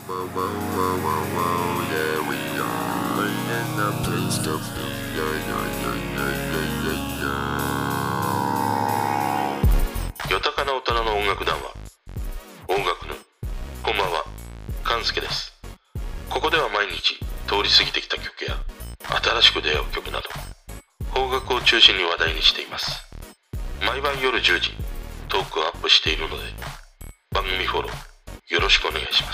Whoa, whoa, whoa, whoa, whoa, yeah, we are in the midst of よたかな大人の音楽談話音楽のこんばんは、勘介です。ここでは毎日通り過ぎてきた曲や新しく出会う曲など邦楽を中心に話題にしています。毎晩夜10時トークをアップしているので番組フォローよろしくお願いします。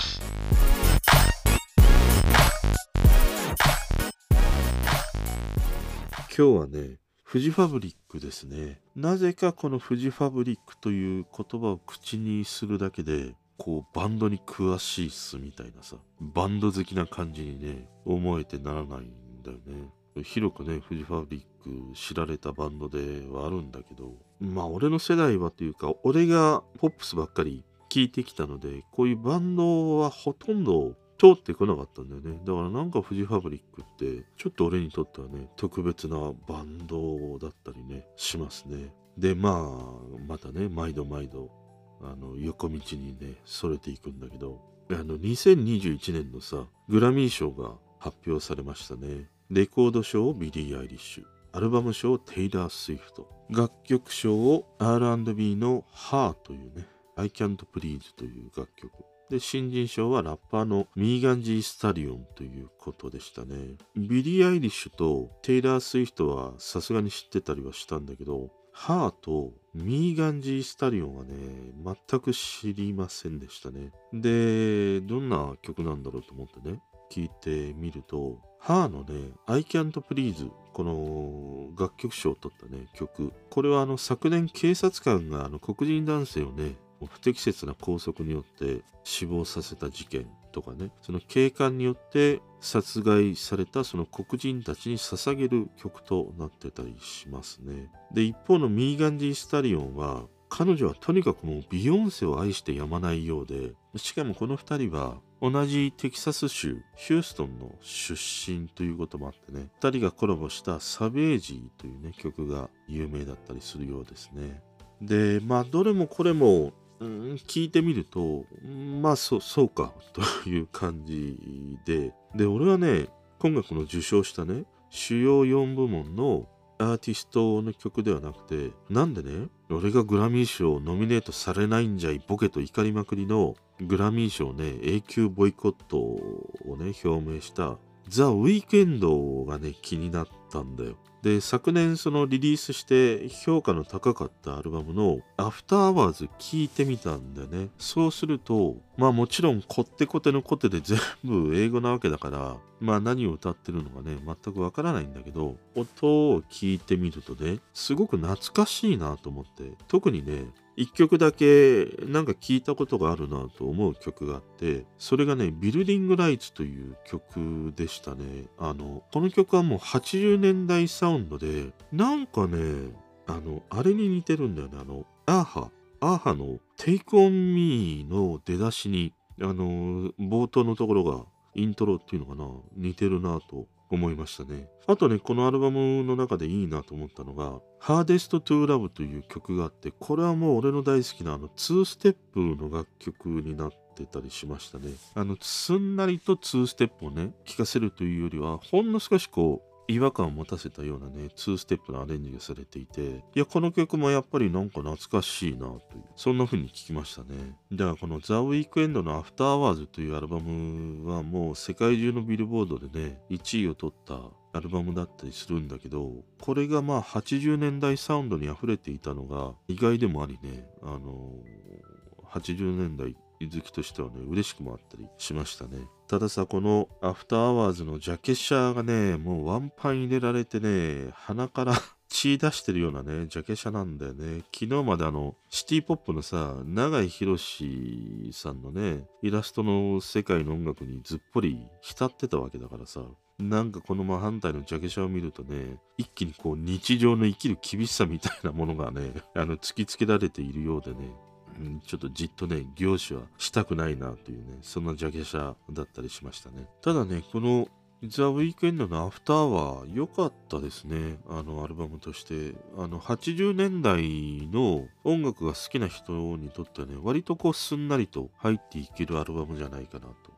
今日はね、フジファブリックですね。なぜかこのフジファブリックという言葉を口にするだけで、こうバンドに詳しいっすみたいなさ、バンド好きな感じにね、思えてならないんだよね。広くね、フジファブリック知られたバンドではあるんだけど、まあ俺の世代はというか、俺がポップスばっかり聴いてきたので、こういうバンドはほとんど通ってこなかったんだよね。だからなんかフジファブリックってちょっと俺にとってはね、特別なバンドだったりねしますね。でまたね、毎度横道にねそれていくんだけど、2021年のさグラミー賞が発表されましたね。レコード賞をビリー・アイリッシュ、アルバム賞をテイラー・スウィフト、楽曲賞を R&B のハーというね、I Can't Please という楽曲で、新人賞はラッパーのミーガン・ジー・スタリオンということでしたね。ビリー・アイリッシュとテイラー・スウィフトはさすがに知ってたりはしたんだけど、ハーとミーガン・ジー・スタリオンはね、全く知りませんでしたね。で、どんな曲なんだろうと思ってね、聞いてみると、ハーのね、I Can't Please、この楽曲賞を取ったね、曲。これは昨年警察官が黒人男性をね、不適切な拘束によって死亡させた事件とかね、その警官によって殺害されたその黒人たちに捧げる曲となってたりしますね。で、一方のミーガン・ジー・スタリオンは、彼女はとにかくもうビヨンセを愛してやまないようで、しかもこの二人は同じテキサス州ヒューストンの出身ということもあってね、二人がコラボしたサベージーというね曲が有名だったりするようですね。で、どれもこれも聞いてみると、そうかという感じで、俺はね、今回この受賞したね、主要4部門のアーティストの曲ではなくて、なんでね、俺がグラミー賞ノミネートされないんじゃいボケと怒りまくりのグラミー賞ね、永久ボイコットをね、表明したザ・ウィークエンドがね、気になったんだよ。で、昨年そのリリースして評価の高かったアルバムのアフターアワーズ聞いてみたんだよね。そうすると、もちろんコッテコテのコテで全部英語なわけだから、何を歌ってるのかね、全くわからないんだけど、音を聞いてみるとね、すごく懐かしいなと思って、特にね、一曲だけなんか聞いたことがあるなと思う曲があって、それがね、ビルディングライツという曲でしたね。この曲はもう80年代サウンドで、なんかね、あれに似てるんだよね。アーハの Take on Me の出だしに、冒頭のところがイントロっていうのかな、似てるなと思いましたね。あとね、このアルバムの中でいいなと思ったのが Hardest to Love という曲があって、これはもう俺の大好きな2ステップの楽曲になってたりしましたね。すんなりと2ステップをね聴かせるというよりは、ほんの少しこう違和感を持たせたようなね2ステップのアレンジがされていて、いやこの曲もやっぱりなんか懐かしいなという、そんな風に聞きましたね。だからこのザ・ウィークエンドのアフターアワーズというアルバムはもう世界中のビルボードでね1位を取ったアルバムだったりするんだけど、これが80年代サウンドに溢れていたのが意外でもありね、80年代好きとしてはね嬉しくもあったりしましたね。たださ、このアフターアワーズのジャケ写がね、もうワンパン入れられてね、鼻から血出してるようなねジャケ写なんだよね。昨日までシティポップのさ永井博さんのねイラストの世界の音楽にずっぽり浸ってたわけだからさ、なんかこの真反対のジャケ写を見るとね、一気にこう日常の生きる厳しさみたいなものがね突きつけられているようでね、ちょっとじっとね凝視はしたくないなというね、そんなジャケ写だったりしましたね。ただね、このザ・ウィークエンドのアフターは良かったですね。アルバムとして。80年代の音楽が好きな人にとってはね、割とこうすんなりと入っていけるアルバムじゃないかなと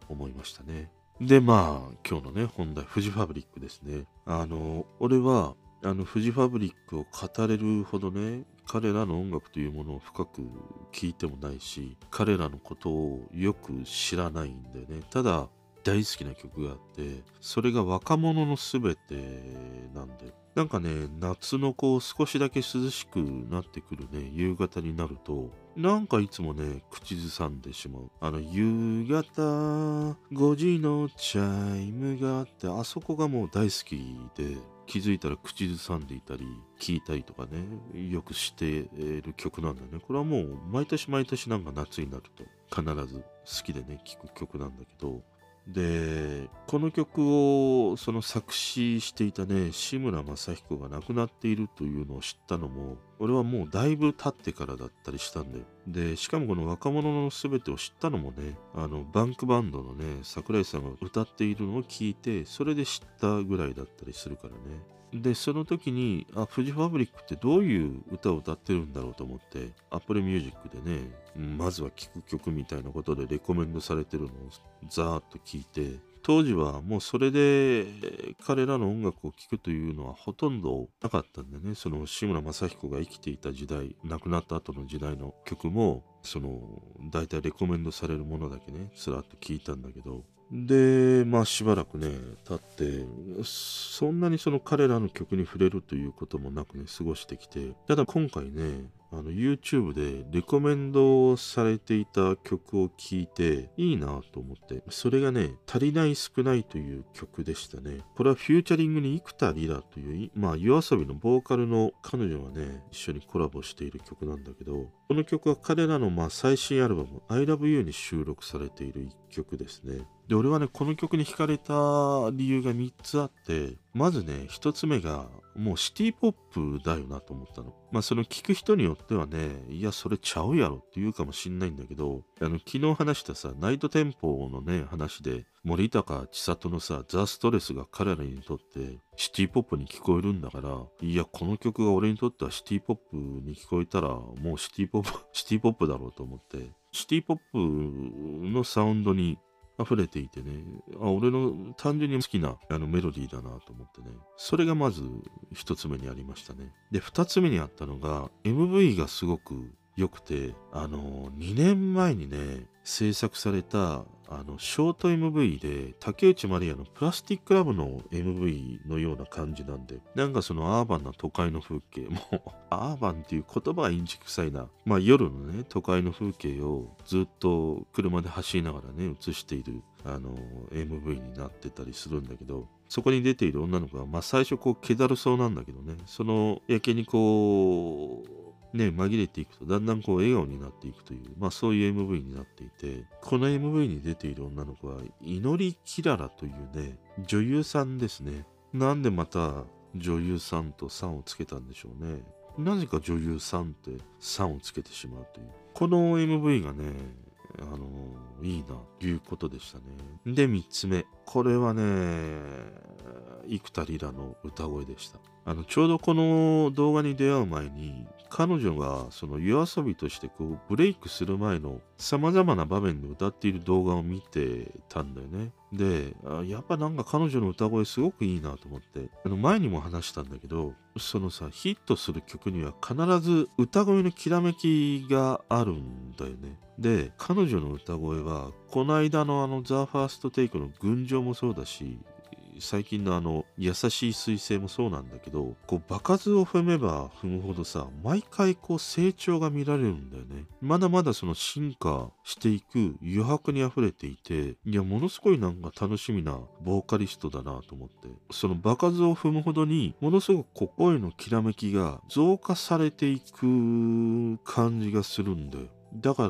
思いましたね。で、まあ、今日のね、本題、フジファブリックですね。俺は、フジファブリックを語れるほどね、彼らの音楽というものを深く聞いてもないし、彼らのことをよく知らないんだよね。ただ、大好きな曲があって、それが若者のすべてなんで。なんかね、夏のこう少しだけ涼しくなってくるね、夕方になると、なんかいつもね、口ずさんでしまう。夕方5時のチャイムがあって、あそこがもう大好きで、気づいたら口ずさんでいたり、聞いたりとかね、よくしている曲なんだよね。これはもう毎年毎年なんか夏になると必ず好きでね、聴く曲なんだけど、で、この曲をその作詞していたね、志村正彦が亡くなっているというのを知ったのも、俺はもうだいぶ経ってからだったりしたんで。で、しかもこの若者のすべてを知ったのもね、バンクバンドのね、桜井さんが歌っているのを聞いて、それで知ったぐらいだったりするからね。で、その時に、フジファブリックってどういう歌を歌ってるんだろうと思って、Apple Music でね、まずは聴く曲みたいなことでレコメンドされてるのをざーっと聞いて、当時はもうそれで彼らの音楽を聴くというのはほとんどなかったんでね、その志村正彦が生きていた時代、亡くなった後の時代の曲も、大体レコメンドされるものだけね、つらっと聞いたんだけど、で、まあしばらくね、経って、そんなにその彼らの曲に触れるということもなくね、過ごしてきて、ただ今回ね、YouTube でレコメンドされていた曲を聴いていいなと思って、それがね、足りない少ないという曲でしたね。これはフューチャリングに生田リラという、まあ YOASOBI のボーカルの彼女がね、一緒にコラボしている曲なんだけど、この曲は彼らのまあ最新アルバム I Love You に収録されている一曲ですね。で、俺はね、この曲に惹かれた理由が3つあって、まずね、1つ目が、もうシティポップだよなと思ったの。まあ、その聞く人によってはね、いや、それちゃうやろって言うかもしんないんだけど、昨日話したさ、ナイトテンポのね、話で、森高千里のさ、ザ・ストレスが彼らにとってシティポップに聞こえるんだから、いや、この曲が俺にとってはシティポップに聞こえたら、もうシティポップだろうと思って、シティポップのサウンドに溢れていてね、俺の単純に好きなメロディーだなと思ってね。それがまず一つ目にありましたね。で、二つ目にあったのが、MV がすごく良くて、2年前にね、制作された、ショート MV で、竹内まりやのプラスティックラブの MV のような感じなんで、なんかそのアーバンな都会の風景、もう、アーバンっていう言葉はインチ臭いな。まあ夜のね、都会の風景をずっと車で走りながらね、映している、MV になってたりするんだけど、そこに出ている女の子は、まあ最初こう、気だるそうなんだけどね、そのやけにこう、ね、紛れていくとだんだんこう笑顔になっていくという、まあそういう MV になっていて、この MV に出ている女の子は、祈りきららというね、女優さんですね。なんでまた女優さんとさんをつけたんでしょうね。なぜか女優さんってさんをつけてしまうという。この MV がね、いいな、ということでしたね。で、3つ目。これはね、生田リラの歌声でした。ちょうどこの動画に出会う前に、彼女がそのYOASOBIとしてこうブレイクする前の様々な場面で歌っている動画を見てたんだよね。で、やっぱなんか彼女の歌声すごくいいなと思って、前にも話したんだけど、そのさ、ヒットする曲には必ず歌声のきらめきがあるんだよね。で、彼女の歌声は、この間のザ・ファーストテイクの群青もそうだし、最近の優しい彗星もそうなんだけど、こう場数を踏めば踏むほどさ、毎回こう成長が見られるんだよね。まだまだその進化していく余白に溢れていて、いや、ものすごいなんか楽しみなボーカリストだなと思って、その場数を踏むほどに、ものすごく声のきらめきが増加されていく感じがするんだよ。だから、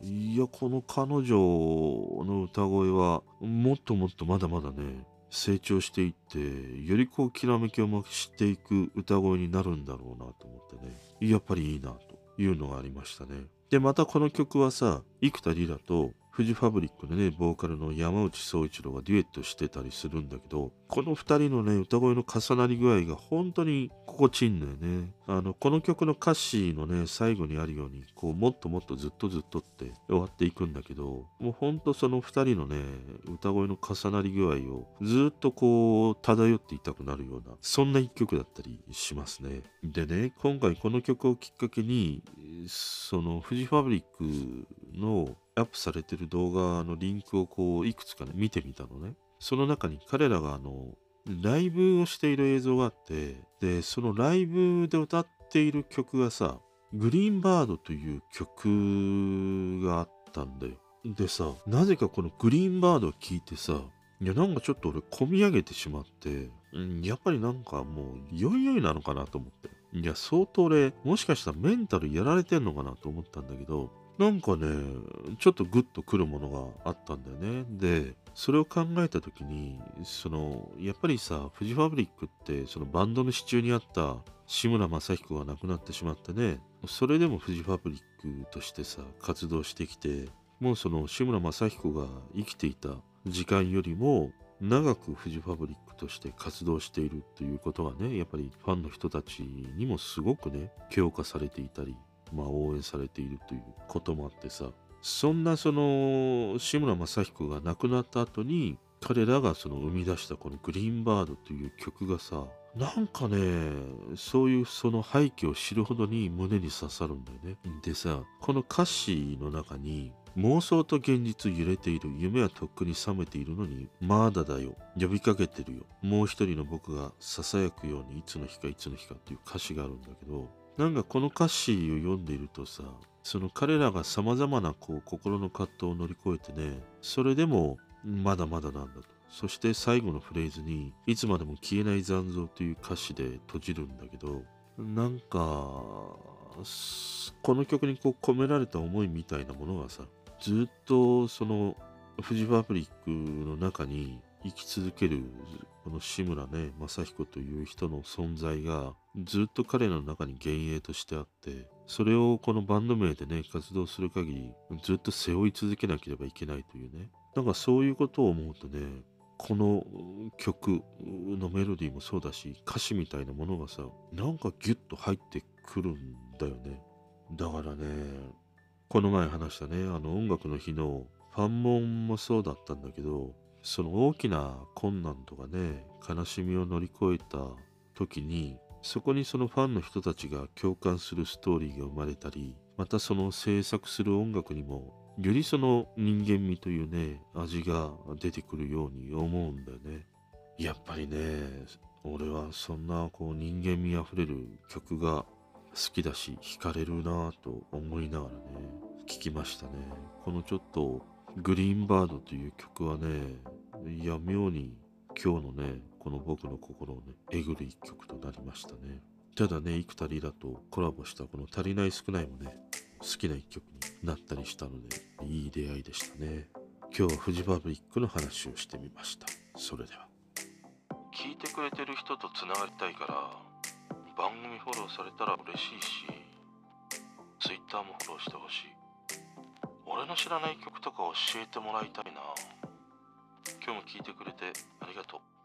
いや、この彼女の歌声は、もっともっとまだまだね、成長していって、よりこうきらめきを増していく歌声になるんだろうなと思ってね。やっぱりいいなというのがありましたね。で、またこの曲はさ、生田リラとフジファブリックでね、ボーカルの山内総一郎がデュエットしてたりするんだけど、この二人のね、歌声の重なり具合が本当に心地いいんだよね。この曲の歌詞のね、最後にあるように、こう、もっともっとずっとずっとって終わっていくんだけど、もうほんとその二人のね、歌声の重なり具合をずっとこう、漂っていたくなるような、そんな一曲だったりしますね。でね、今回この曲をきっかけに、そのフジファブリックのアップされてる動画のリンクをこういくつかね見てみたのね。その中に彼らがライブをしている映像があって、でそのライブで歌っている曲がさ、グリーンバードという曲があったんだよ。でさ、なぜかこのグリーンバードを聴いてさ、いやなんかちょっと俺込み上げてしまって、やっぱりなんかもうよいよいなのかなと思って。いや相当俺もしかしたらメンタルやられてんのかなと思ったんだけど、なんかね、ちょっとグッとくるものがあったんだよね。で、それを考えたときに、やっぱりさ、フジファブリックって、そのバンドの支柱にあった志村正彦が亡くなってしまってね、それでもフジファブリックとしてさ、活動してきて、もうその志村正彦が生きていた時間よりも、長くフジファブリックとして活動しているということがね、やっぱりファンの人たちにもすごくね、強化されていたり、応援されているということもあってさ、そんなその志村正彦が亡くなった後に彼らがその生み出したこのグリーンバードという曲がさ、なんかね、そういうその背景を知るほどに胸に刺さるんだよね。でさ、この歌詞の中に妄想と現実揺れている、夢はとっくに覚めているのにまだだよ、呼びかけてるよ、もう一人の僕が囁くようにいつの日かいつの日かっていう歌詞があるんだけど、なんかこの歌詞を読んでいるとさ、その彼らが様々なこう心の葛藤を乗り越えてね、それでもまだまだなんだと。そして最後のフレーズにいつまでも消えない残像という歌詞で閉じるんだけど、なんかこの曲にこう込められた思いみたいなものがさ、ずっとそのフジファブリックの中に生き続けるこの志村ね正彦という人の存在がずっと彼らの中に幻影としてあって、それをこのバンド名でね活動する限りずっと背負い続けなければいけないというね、なんかそういうことを思うとね、この曲のメロディーもそうだし歌詞みたいなものがさ、なんかギュッと入ってくるんだよね。だからね、この前話したね音楽の日のファンモンもそうだったんだけど、その大きな困難とかね悲しみを乗り越えた時に、そこにそのファンの人たちが共感するストーリーが生まれたり、またその制作する音楽にもよりその人間味というね味が出てくるように思うんだよね。やっぱりね、俺はそんなこう人間味あふれる曲が好きだし惹かれるなぁと思いながらね聴きましたね。このちょっとグリーンバードという曲はね、いや妙に今日のねこの僕の心をねえぐる一曲となりましたね。ただね、幾田りらとコラボしたこの足りない少ないもね好きな一曲になったりしたので、いい出会いでしたね。今日はフジファブリックの話をしてみました。それでは。聞いてくれてる人とつながりたいから番組フォローされたら嬉しいし、Twitter もフォローしてほしい。俺の知らない曲とか教えてもらいたいな。今日も聞いてくれてありがとう。